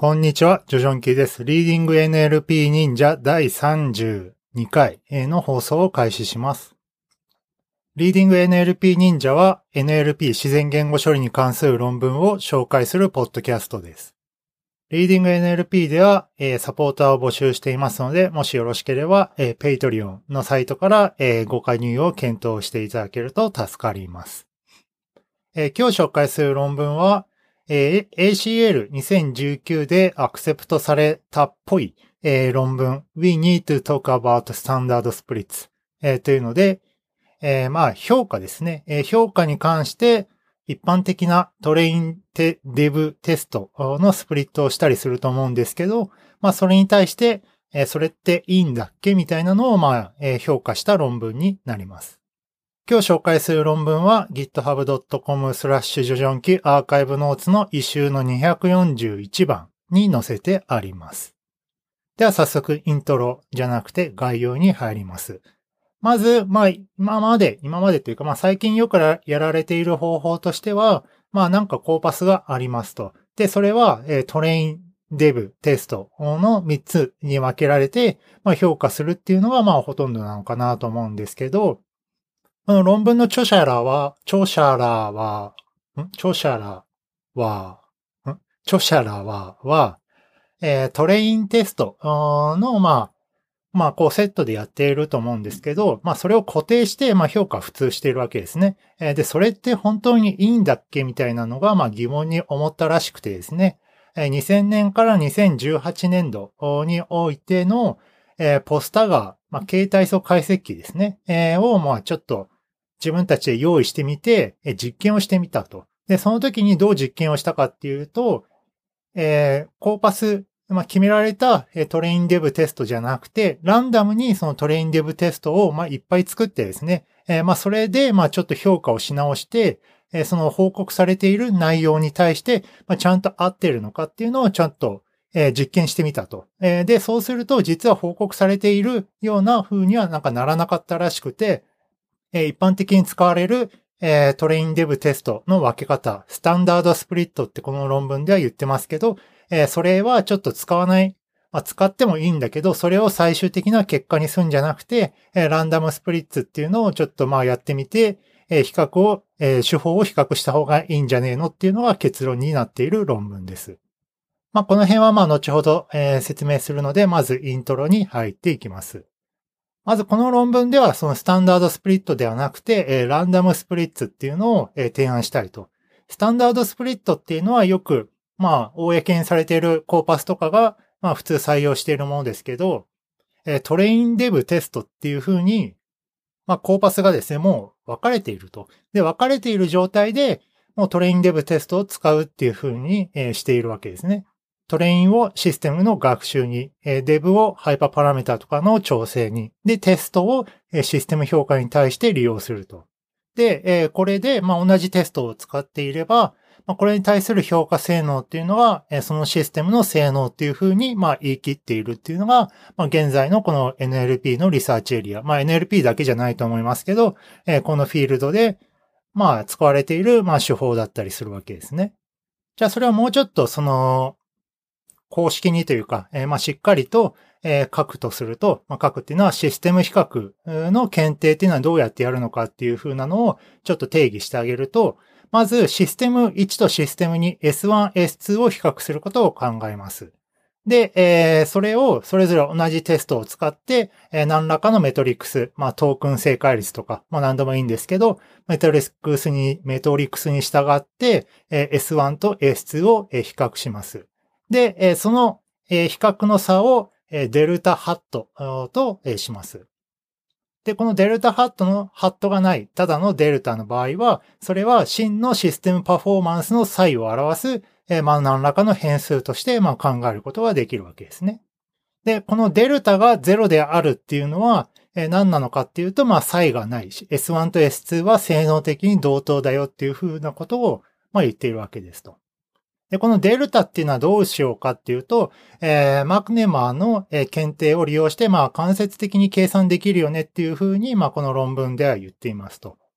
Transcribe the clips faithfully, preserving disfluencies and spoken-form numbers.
こんにちは、ジョジョンキーです。リーディング エヌエルピー 忍者だいさんじゅうにかいの放送を開始します。リーディング エヌエルピー 忍者は エヌエルピー 自然言語処理に関する論文を紹介するポッドキャストです。リーディング エヌエルピー では、えー、サポーターを募集していますので、もしよろしければ、えー、Patreon のサイトから、えー、ご加入を検討していただけると助かります。えー、今日紹介する論文は、えー、エーシーエルにせんじゅうきゅう でアクセプトされたっぽい、えー、論文 We need to talk about standard splits、えー、というので、えー、まあ評価ですね、えー。評価に関して一般的なトレインテデブテストのスプリットをしたりすると思うんですけど、まあそれに対して、えー、それっていいんだっけみたいなのをまあ、えー、評価した論文になります。今日紹介する論文は ギットハブドットコムスラッシュジョジョンキアーカイブノーツのイシューのにひゃくよんじゅういちばんに載せてあります。では早速イントロじゃなくて概要に入ります。まず、まあ今まで、今までというかまあ最近よくやられている方法としては、まあなんかコーパスがありますと。で、それはトレイン、デブ、テストのみっつに分けられて、まあ評価するっていうのがまあほとんどなのかなと思うんですけど、この論文の著者らは、著者らは、ん著者らは、ん著者らは、は、えー、トレインテストの、まあ、まあ、こうセットでやっていると思うんですけど、まあ、それを固定して、まあ、評価普通しているわけですね。えー、で、それって本当にいいんだっけみたいなのが、まあ、疑問に思ったらしくてですね。えー、にせんねんからにせんじゅうはちねんどにおいての、えー、ポスタガー、まあ、形態素解析機ですね。えー、を、まあ、ちょっと、自分たちで用意してみて、実験をしてみたと。で、その時にどう実験をしたかっていうと、えー、コーパス、まあ、決められたトレインデブテストじゃなくて、ランダムにそのトレインデブテストを、まあ、いっぱい作ってですね、えー、まあ、それで、まあ、ちょっと評価をし直して、えー、その報告されている内容に対して、まあ、ちゃんと合っているのかっていうのをちゃんと、えー、実験してみたと。えー、で、そうすると、実は報告されているような風にはなんかならなかったらしくて、一般的に使われるトレインデブテストの分け方、スタンダードスプリットってこの論文では言ってますけど、それはちょっと使わない、まあ、使ってもいいんだけど、それを最終的な結果にするんじゃなくて、ランダムスプリッツっていうのをちょっとまあやってみて、比較を、手法を比較した方がいいんじゃねえのっていうのが結論になっている論文です。まあこの辺はまあ後ほど説明するので、まずイントロに入っていきます。まずこの論文ではそのスタンダードスプリットではなくて、えー、ランダムスプリッツっていうのを、えー、提案したいと。スタンダードスプリットっていうのはよく、まあ、公にされているコーパスとかが、まあ普通採用しているものですけど、えー、トレインデブテストっていう風に、まあコーパスがですね、もう分かれていると。で、分かれている状態で、もうトレインデブテストを使うっていう風に、えー、しているわけですね。トレインをシステムの学習に、デブをハイパーパラメータとかの調整に、で、テストをシステム評価に対して利用すると。で、これで、まあ、同じテストを使っていれば、まあ、これに対する評価性能っていうのは、そのシステムの性能っていうふうに、まあ、言い切っているっていうのが、まあ、現在のこの エヌエルピー のリサーチエリア。まあ、エヌエルピー だけじゃないと思いますけど、このフィールドで、まあ、使われている、まあ、手法だったりするわけですね。じゃあ、それをもうちょっと、その、公式にというか、えー、まあしっかりと、えー、書くとすると、まあ、書くっていうのはシステム比較の検定っていうのはどうやってやるのかっていう風なのをちょっと定義してあげると、まずシステムいちとシステムに エスワン、エスツー を比較することを考えます。で、えー、それをそれぞれ同じテストを使って、えー、何らかのメトリックス、まあトークン正解率とか、まあ何でもいいんですけど、メトリックスに、メトリックスに従って、えー、エスワン と エスツー を比較します。で、その比較の差をデルタハットとします。で、このデルタハットのハットがない、ただのデルタの場合は、それは真のシステムパフォーマンスの差異を表す、まあ何らかの変数としてまあ考えることができるわけですね。で、このデルタがゼロであるっていうのは何なのかっていうと、まあ差異がないし、エスワン と エスツー は性能的に同等だよっていうふうなことをまあ言っているわけですと。で、このデルタっていうのはどうしようかっていうと、えー、マクネマーの検定を利用して、まあ間接的に計算できるよねっていうふうに、まあこの論文では言っていますと。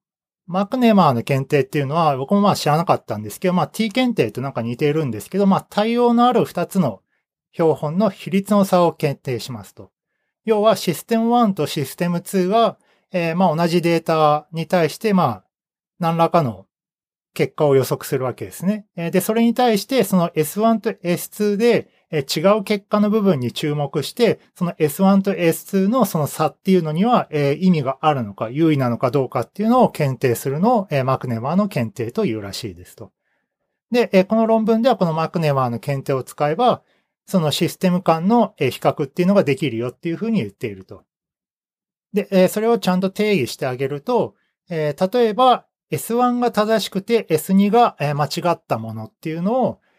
マクネマーの検定っていうのは僕もまあ知らなかったんですけど、まあ T 検定となんか似ているんですけど、まあ対応のあるふたつの標本の比率の差を検定しますと。要はシステムワンとシステムツーは、えー、まあ同じデータに対してまあ何らかの結果を予測するわけですね。で、それに対してその エスワン と エスツー で違う結果の部分に注目して、その エスワン と エスツー のその差っていうのには意味があるのか、優位なのかどうかっていうのを検定するのをマクネマーの検定というらしいですと。で、この論文ではこのマクネマーの検定を使えば、そのシステム間の比較っていうのができるよっていうふうに言っていると。で、それをちゃんと定義してあげると、例えば エスワン が正しくて エスツー が間違ったものっていうのを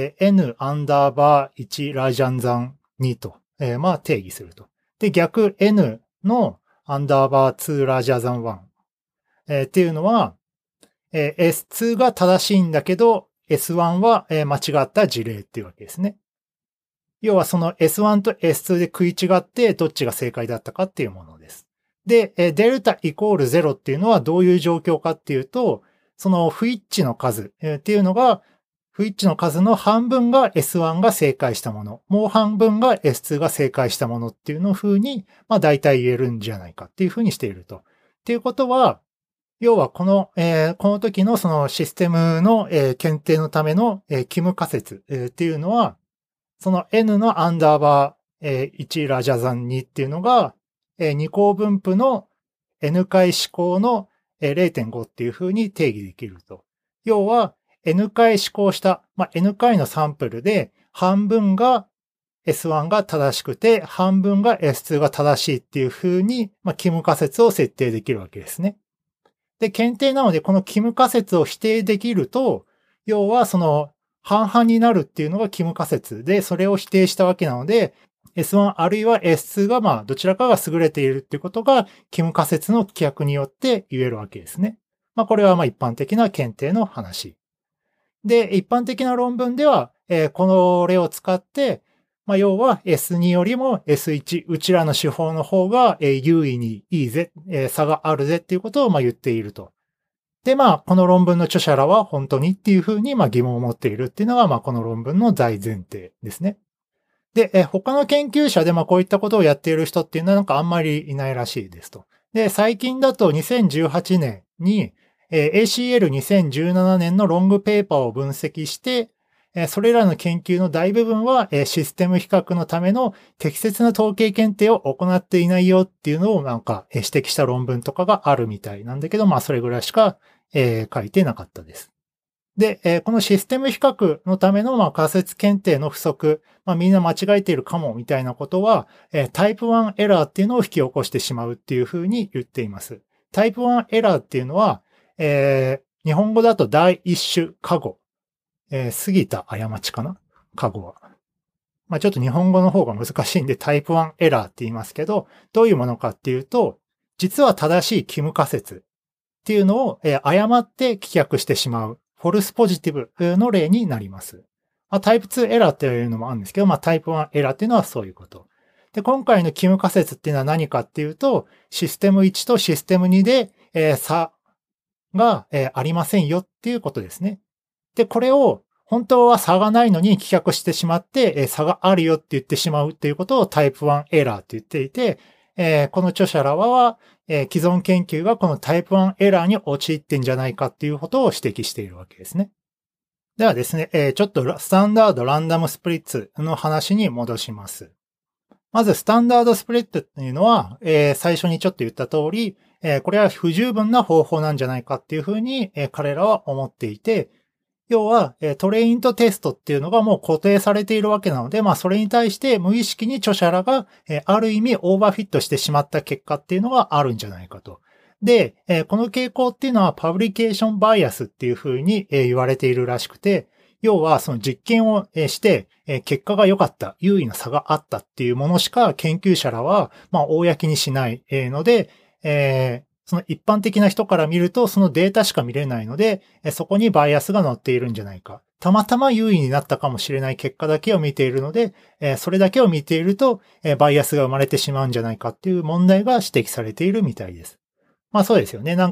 N アンダーバーいちラジャンザンにと、まあ定義すると。で、逆 N のアンダーバーツーラジャンザンワンっていうのは エスツー が正しいんだけど エスワン は間違った事例っていうわけですね。要はその エスワン と エスツー で食い違ってどっちが正解だったかっていうものです。で、デルタイコールゼロっていうのはどういう状況かっていうと、その不一致の数っていうのが、不一致の数の半分が エスワン が正解したもの、もう半分が エスツー が正解したものっていうの風に、まあ大体言えるんじゃないかっていう風にしていると。っていうことは、要はこの、えー、この時のそのシステムの、えー、検定のための、えー、キム仮説、えー、っていうのは、その N のアンダーバー、えー、いちラジャザンにっていうのが、二項分布の N 回指向の れいてんご っていう風に定義できると。要は N 回指向した、まあ、N 回のサンプルで半分が エスワン が正しくて半分が エスツー が正しいっていう風に、まあ、キム仮説を設定できるわけですね。で、検定なのでこのキム仮説を否定できると、要はその半々になるっていうのがキム仮説で、それを否定したわけなので、エスワン あるいは エスツー がまあどちらかが優れているっていうことがキム仮説の規約によって言えるわけですね。まあこれはまあ一般的な検定の話。で、一般的な論文では、えー、この例を使って、まあ要は エスツー よりも エスワン、うちらの手法の方が優位にいいぜ、差があるぜっていうことをまあ言っていると。で、まあこの論文の著者らは本当にっていうふうにまあ疑問を持っているっていうのがまあこの論文の大前提ですね。で、え他の研究者でまあこういったことをやっている人っていうのはなんかあんまりいないらしいですと。で、最近だとにせんじゅうはちねんに エーシーエルにせんじゅうなな 年のロングペーパーを分析して、それらの研究の大部分はシステム比較のための適切な統計検定を行っていないよっていうのをなんか指摘した論文とかがあるみたいなんだけど、まあそれぐらいしか書いてなかったです。で、このシステム比較のためのまあ仮説検定の不足、まあみんな間違えているかもみたいなことは、タイプワンエラーっていうのを引き起こしてしまうっていうふうに言っています。タイプワンエラーっていうのは、えー、日本語だと第一種過誤、えー、過ぎた過ちかな過誤は。まあちょっと日本語の方が難しいんでタイプワンエラーって言いますけど、どういうものかっていうと、実は正しいキム仮説っていうのを、えー、誤って棄却してしまう。フォルスポジティブの例になります。まあ、タイプツーエラーっていうのもあるんですけど、まあ、タイプワンエラーっていうのはそういうこと。で、今回のキム仮説っていうのは何かっていうと、システムいちとシステムにで、えー、差が、えー、ありませんよっていうことですね。で、これを本当は差がないのに棄却してしまって、えー、差があるよって言ってしまうっていうことをタイプワンエラーって言っていて、えー、この著者らは、えー、既存研究がこのタイプワンエラーに陥ってんじゃないかっていうことを指摘しているわけですね。ではですね、えー、ちょっとスタンダードランダムスプリッツの話に戻します。まずスタンダードスプリッツっていうのは、えー、最初にちょっと言った通り、えー、これは不十分な方法なんじゃないかっていうふうに、えー、彼らは思っていて、要は、トレインとテストっていうのがもう固定されているわけなので、まあそれに対して無意識に著者らが、ある意味オーバーフィットしてしまった結果っていうのがあるんじゃないかと。で、この傾向っていうのはパブリケーションバイアスっていうふうに言われているらしくて、要はその実験をして、結果が良かった、優位な差があったっていうものしか研究者らは、まあ公にしないので、えーその一般的な人から見るとそのデータしか見れないので、そこにバイアスが載っているんじゃないか。たまたま優位になったかもしれない結果だけを見ているので、それだけを見ているとバイアスが生まれてしまうんじゃないかっていう問題が指摘されているみたいです。まあそうですよね。なんか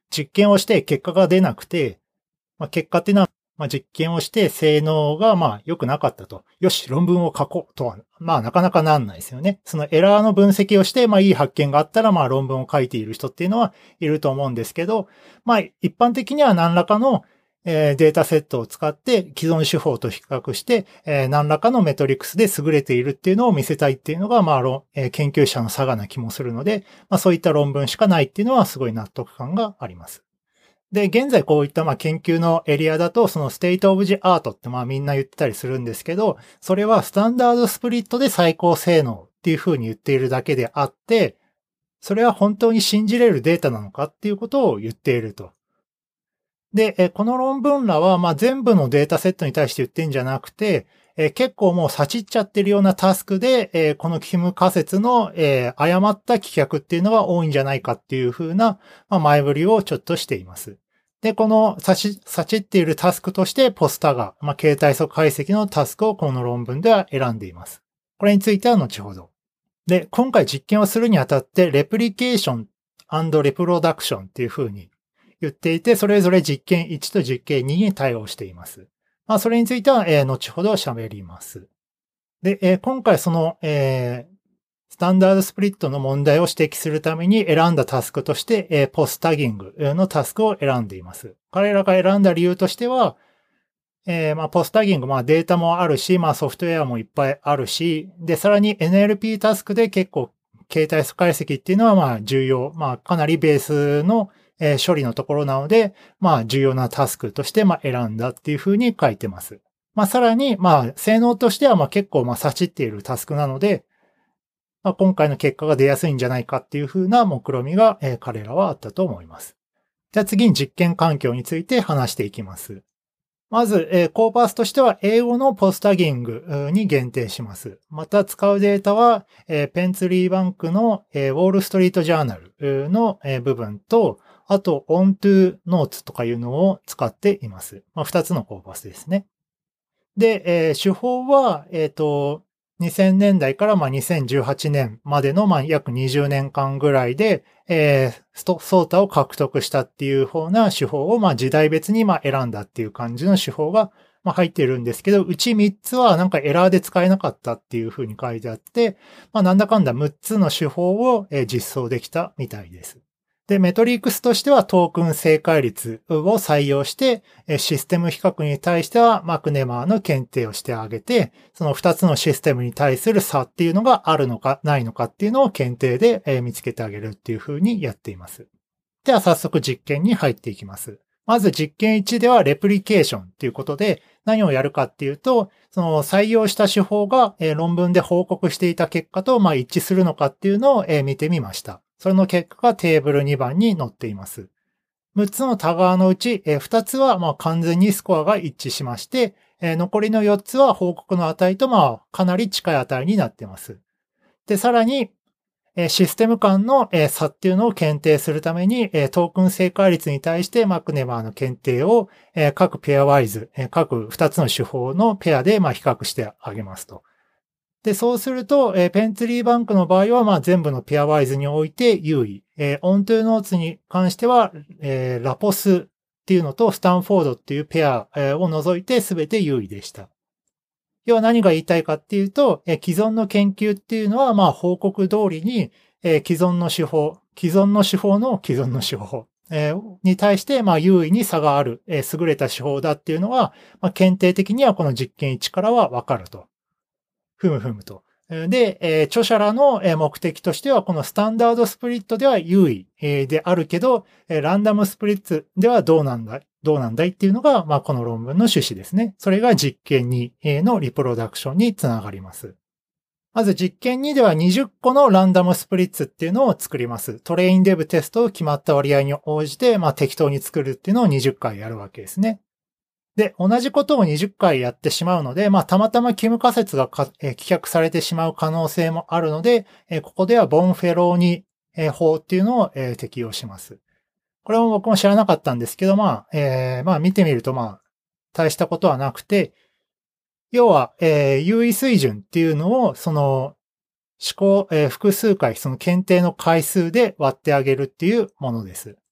実験をして結果が出なくて、まあ、結果っていうのは、まあ、実験をして性能がまあ良くなかったと。よし、論文を書こうとは、まあなかなかなんないですよね。そのエラーの分析をして、まあいい発見があったら、まあ論文を書いている人っていうのはいると思うんですけど、まあ一般的には何らかのデータセットを使って既存手法と比較して、何らかのメトリクスで優れているっていうのを見せたいっていうのが、まあ研究者の差がな気もするので、まあそういった論文しかないっていうのはすごい納得感があります。で、現在こういったまあ研究のエリアだと、そのステートオブジアートってまあみんな言ってたりするんですけど、それはスタンダードスプリットで最高性能っていう風に言っているだけであって、それは本当に信じれるデータなのかっていうことを言っていると。で、この論文らはまあ全部のデータセットに対して言ってんじゃなくて、結構もう先っちゃってるようなタスクで、このキム仮説の誤った棄却っていうのが多いんじゃないかっていう風な前振りをちょっとしています。で、この先っっているタスクとしてポスタガ、まあ、形態素解析のタスクをこの論文では選んでいます。これについては後ほど。で、今回実験をするにあたって、レプリケーション&レプロダクションっていう風に言っていて、それぞれ実験いちと実験にに対応しています。まあ、それについては、えー、後ほど喋ります。で、えー、今回その、えー、スタンダードスプリットの問題を指摘するために選んだタスクとして、えー、ポスタギングのタスクを選んでいます。彼らが選んだ理由としては、えー、まあ、ポスタギング、まあ、データもあるし、まあ、ソフトウェアもいっぱいあるし、で、さらに エヌエルピー タスクで結構、形態素解析っていうのは、まあ、重要、まあ、かなりベースのえー、処理のところなので、まあ重要なタスクとしてまあ選んだっていうふうに書いてます。まあさらにまあ性能としてはまあ結構まあ差しっているタスクなので、まあ、今回の結果が出やすいんじゃないかっていうふうな目論みが、えー、彼らはあったと思います。じゃあ次に実験環境について話していきます。まず、えー、コーパスとしては英語のポスタギングに限定します。また使うデータは、えー、ペンツリーバンクの、えー、ウォールストリートジャーナルの、えー、部分と、あと、onto notes とかいうのを使っています。まあ、二つのコーパスですね。で、えー、手法は、えっと、にせんねんだいからまあにせんじゅうはちねんまでのまあ約にじゅうねんかんぐらいで、えー、スト、ソータを獲得したっていう方な手法をまあ時代別にまあ選んだっていう感じの手法がまあ入ってるんですけど、うちみっつはなんかエラーで使えなかったっていう風に書いてあって、まあなんだかんだむっつの手法を実装できたみたいです。で、メトリックスとしてはトークン正解率を採用して、システム比較に対してはマクネマーの検定をしてあげて、そのふたつのシステムに対する差っていうのがあるのかないのかっていうのを検定で見つけてあげるっていう風にやっています。では早速実験に入っていきます。まず実験いちではレプリケーションっていうことで何をやるかっていうと、その採用した手法が論文で報告していた結果とまあ一致するのかっていうのを見てみました。それの結果がテーブルにばんに載っています。むっつのタガーのうちふたつはまあ完全にスコアが一致しまして、残りのよっつは報告の値とまあかなり近い値になっています。で、さらにシステム間の差っていうのを検定するためにトークン正解率に対してマクネマーの検定を各ペアワイズ、各ふたつの手法のペアでまあ比較してあげますと。で、そうすると、えー、ペンツリーバンクの場合は、まあ、全部のペアワイズにおいて優位。えー、オントゥーノーツに関しては、えー、ラポスっていうのとスタンフォードっていうペア、えー、を除いて全て優位でした。要は何が言いたいかっていうと、えー、既存の研究っていうのは、まあ、報告通りに、えー、既存の手法、既存の手法の既存の手法、えー、に対して、まあ、優位に差がある、えー、優れた手法だっていうのは、まあ、検定的にはこの実験いちからはわかると。ふむふむと。で、えー、著者らの目的としては、このスタンダードスプリットでは優位であるけど、ランダムスプリッツではどうなんだいどうなんだいっていうのが、まあ、この論文の趣旨ですね。それが実験にのリプロダクションにつながります。まず実験にではにじゅっこのランダムスプリッツっていうのを作ります。トレインデブテストを決まった割合に応じて、まあ、適当に作るっていうのをにじゅっかいやるわけですね。で、同じことをにじゅっかいやってしまうので、まあ、たまたまキム仮説がか、えー、棄却されてしまう可能性もあるので、えー、ここではボンフェローニ、えー、法っていうのを、えー、適用します。これも僕も知らなかったんですけど、まあ、えー、まあ見てみると、まあ、大したことはなくて、要は、えー、優位水準っていうのを、その、試行、えー、複数回、その検定の回数で割ってあげるっていうものです。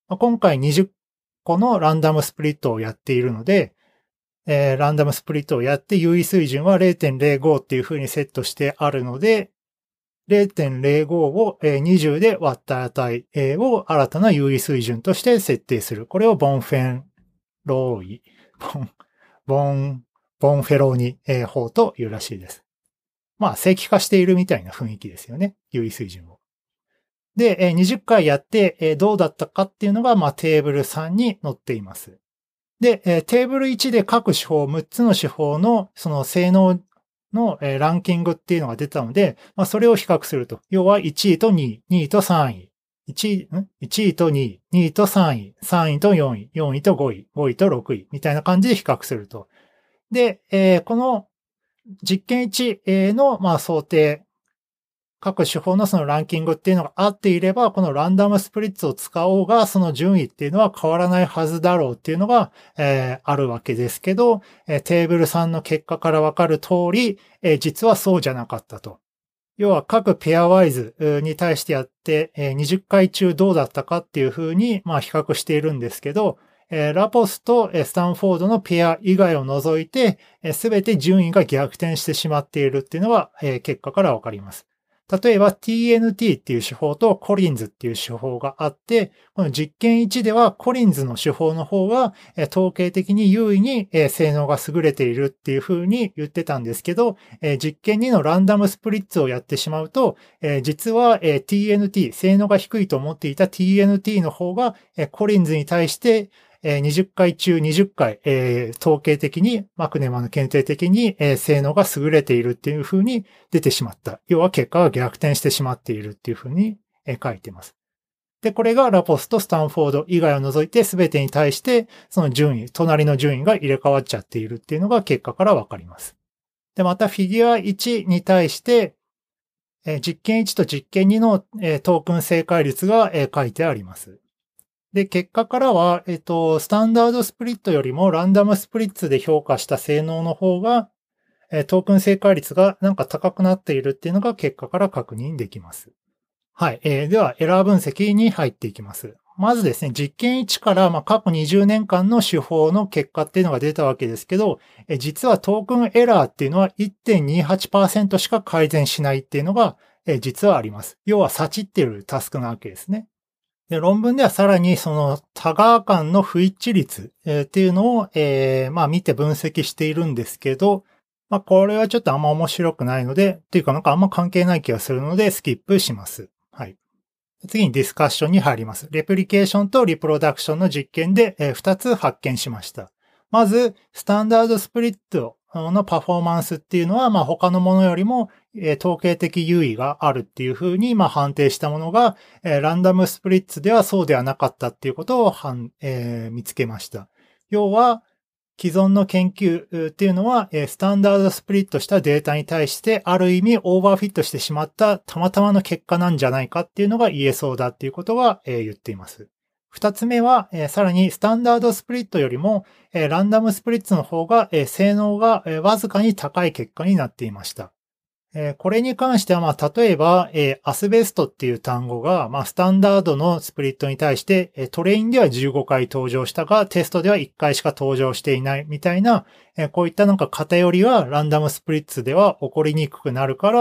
まあ、今回にじゅっこのランダムスプリットをやっているので、えー、ランダムスプリットをやって優位水準は れいてんれいご っていう風にセットしてあるので、れいてんれいご をにじゅうで割った値を新たな優位水準として設定する。これをボンフェンローイ、ボン、ボン、ボンフェローニ法というらしいです。まあ、正規化しているみたいな雰囲気ですよね。優位水準を。で、にじゅっかいやってどうだったかっていうのが、まあ、テーブルさんに載っています。で、テーブルいちで各手法、むっつの手法のその性能のランキングっていうのが出たので、まあ、それを比較すると。要はいちいとにい、にいとさんい、1位、ん ?いち 位とにい、にいとさんい、さんいとよんい、よんいとごい、ごいとろくいみたいな感じで比較すると。で、えー、この実験いちの、まあ、想定、各手法のそのランキングっていうのが合っていれば、このランダムスプリッツを使おうが、その順位っていうのは変わらないはずだろうっていうのが、えー、あるわけですけど、えー、テーブルさんの結果からわかる通り、えー、実はそうじゃなかったと。要は各ペアワイズに対してやって、えー、にじゅっかい中どうだったかっていうふうに、まあ、比較しているんですけど、えー、ラポスとスタンフォードのペア以外を除いて、すべて順位が逆転してしまっているっていうのが、えー、結果からわかります。例えば ティーエヌティー っていう手法とコリンズっていう手法があって、この実験いちではコリンズの手法の方が統計的に優位に性能が優れているっていう風に言ってたんですけど、実験にのランダムスプリッツをやってしまうと、実は ティーエヌティー、性能が低いと思っていた ティーエヌティー の方がコリンズに対してにじゅっかい中にじゅっかい、えー、統計的に、マクネマの検定的に、えー、性能が優れているっていう風に出てしまった。要は結果が逆転してしまっているっていう風に、えー、書いています。で、これがラポスとスタンフォード以外を除いて全てに対して、その順位、隣の順位が入れ替わっちゃっているっていうのが結果からわかります。で、またフィギュアいちに対して、えー、実験いちと実験にの、えー、トークン正解率が、えー、書いてあります。で、結果からは、えっと、スタンダードスプリットよりもランダムスプリッツで評価した性能の方が、えトークン正解率がなんか高くなっているっていうのが結果から確認できます。はい。えー、では、エラー分析に入っていきます。まずですね、実験いちから、まあ、過去にじゅうねんかんの手法の結果っていうのが出たわけですけど、え実はトークンエラーっていうのは いってんにはちパーセント しか改善しないっていうのが、え実はあります。要は、サチってるタスクなわけですね。で、論文ではさらにそのタガー間の不一致率っていうのを、えー、まあ見て分析しているんですけど、まあこれはちょっとあんま面白くないので、っていうかなんかあんま関係ない気がするのでスキップします。はい。次にディスカッションに入ります。レプリケーションとリプロダクションの実験でふたつ発見しました。まず、スタンダードスプリットのパフォーマンスっていうのは、まあ他のものよりも統計的優位があるっていうふうに、まあ判定したものが、ランダムスプリッツではそうではなかったっていうことを、えー、見つけました。要は、既存の研究っていうのは、スタンダードスプリットしたデータに対して、ある意味オーバーフィットしてしまったたまたまの結果なんじゃないかっていうのが言えそうだっていうことは言っています。二つ目は、さらにスタンダードスプリットよりも、ランダムスプリッツの方が、性能がわずかに高い結果になっていました。これに関しては、まあ、例えば、アスベストっていう単語が、まあ、スタンダードのスプリットに対して、トレインではじゅうごかい登場したが、テストではいっかいしか登場していないみたいな、こういったなんか偏りはランダムスプリッツでは起こりにくくなるから、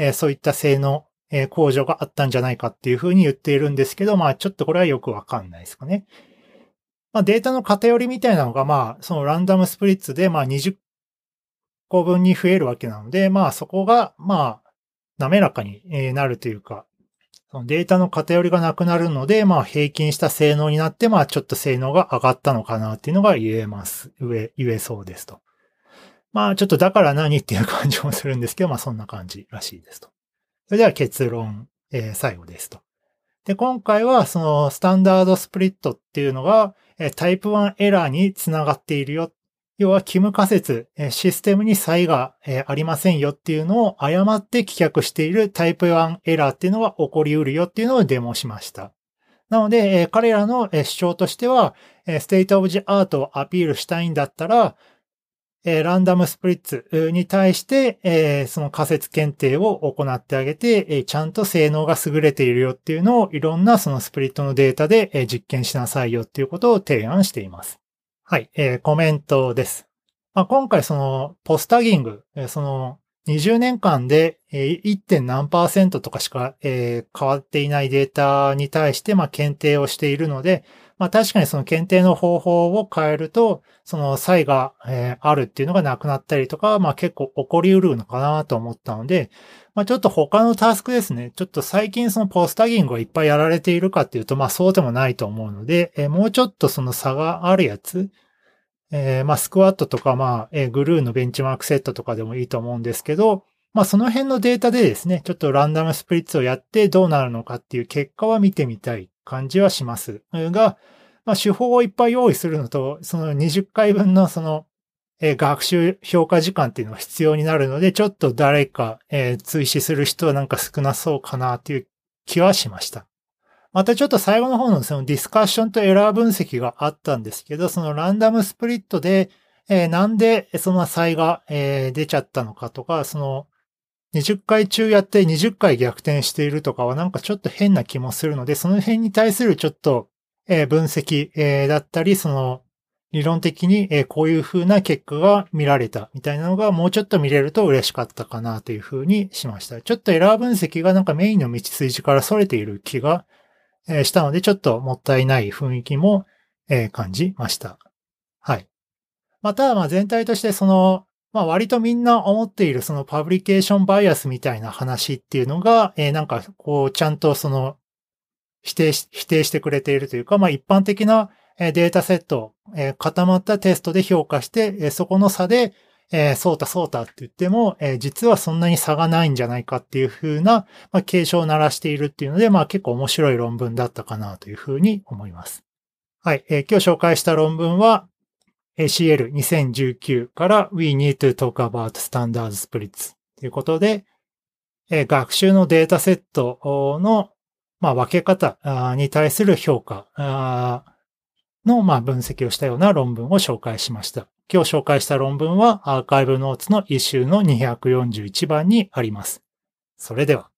そういった性能、向上があったんじゃないかっていうふうに言っているんですけど、まあ、ちょっとこれはよくわかんないですかね。まあ、データの偏りみたいなのが、まあ、そのランダムスプリッツで、まあ、にじゅっこぶんに増えるわけなので、まあそこが、まあ、滑らかになるというか、そのデータの偏りがなくなるので、まあ平均した性能になって、まあちょっと性能が上がったのかなっていうのが言えます。言え、言えそうですと。まあちょっとだから何っていう感じもするんですけど、まあそんな感じらしいですと。それでは結論、えー、最後ですと。で、今回はそのスタンダードスプリットっていうのがタイプワンエラーにつながっているよ。要は、キム仮説、システムに差異がありませんよっていうのを誤って棄却しているタイプワンエラーっていうのが起こり得るよっていうのをデモしました。なので、彼らの主張としては、ステートオブジアートをアピールしたいんだったら、 えー、ランダムスプリッツに対して、えー、その仮説検定を行ってあげて、えー、ちゃんと性能が優れているよっていうのをいろんなそのスプリットのデータで、えー、実験しなさいよっていうことを提案しています。はい、えー、コメントです。まあ、今回そのポスタギング、えー、そのにじゅうねんかんで いってん 何パーセントとかしか、えー、変わっていないデータに対して、まあ、検定をしているので、まあ確かにその検定の方法を変えると、その差異が、えー、あるっていうのがなくなったりとか、まあ結構起こりうるのかなと思ったので、まあちょっと他のタスクですね。ちょっと最近そのポスタギングがいっぱいやられているかっていうと、まあそうでもないと思うので、えー、もうちょっとその差があるやつ、えー、まあスクワットとか、まあ、えー、グルーのベンチマークセットとかでもいいと思うんですけど、まあその辺のデータでですね、ちょっとランダムスプリッツをやってどうなるのかっていう結果は見てみたい感じはします。が、まあ手法をいっぱい用意するのと、そのにじゅっかいぶんのその、えー、学習評価時間っていうのが必要になるので、ちょっと誰か、えー、追試する人はなんか少なそうかなっていう気はしました。またちょっと最後の方のそのディスカッションとエラー分析があったんですけど、そのランダムスプリットで、えー、なんでその差異が、えー、出ちゃったのかとか、そのにじゅっかい中やってにじゅっかい逆転しているとかはなんかちょっと変な気もするので、その辺に対するちょっと、えー、分析、えー、だったり、その理論的に、えー、こういう風な結果が見られたみたいなのがもうちょっと見れると嬉しかったかなという風にしました。ちょっとエラー分析がなんかメインの道筋から逸れている気がえー、したので、ちょっともったいない雰囲気も、えー、感じました。はい。また、まあ全体としてその、まあ割とみんな思っているそのパブリケーションバイアスみたいな話っていうのが、えー、なんかこうちゃんとその否定し、否定してくれているというか、まあ一般的なデータセット、えー、固まったテストで評価して、えー、そこの差で、えー、そうたそうたって言っても、えー、実はそんなに差がないんじゃないかっていう風な、まあ、警鐘を鳴らしているっていうので、まあ結構面白い論文だったかなという風に思います。はい、えー、今日紹介した論文は エーシーエルにせんじゅうきゅう から We Need to Talk About Standard Splits ということで、えー、学習のデータセットの、まあ、分け方に対する評価の、まあ、分析をしたような論文を紹介しました。今日紹介した論文はアーカイブノーツのイシューのにひゃくよんじゅういちばんにあります。それでは。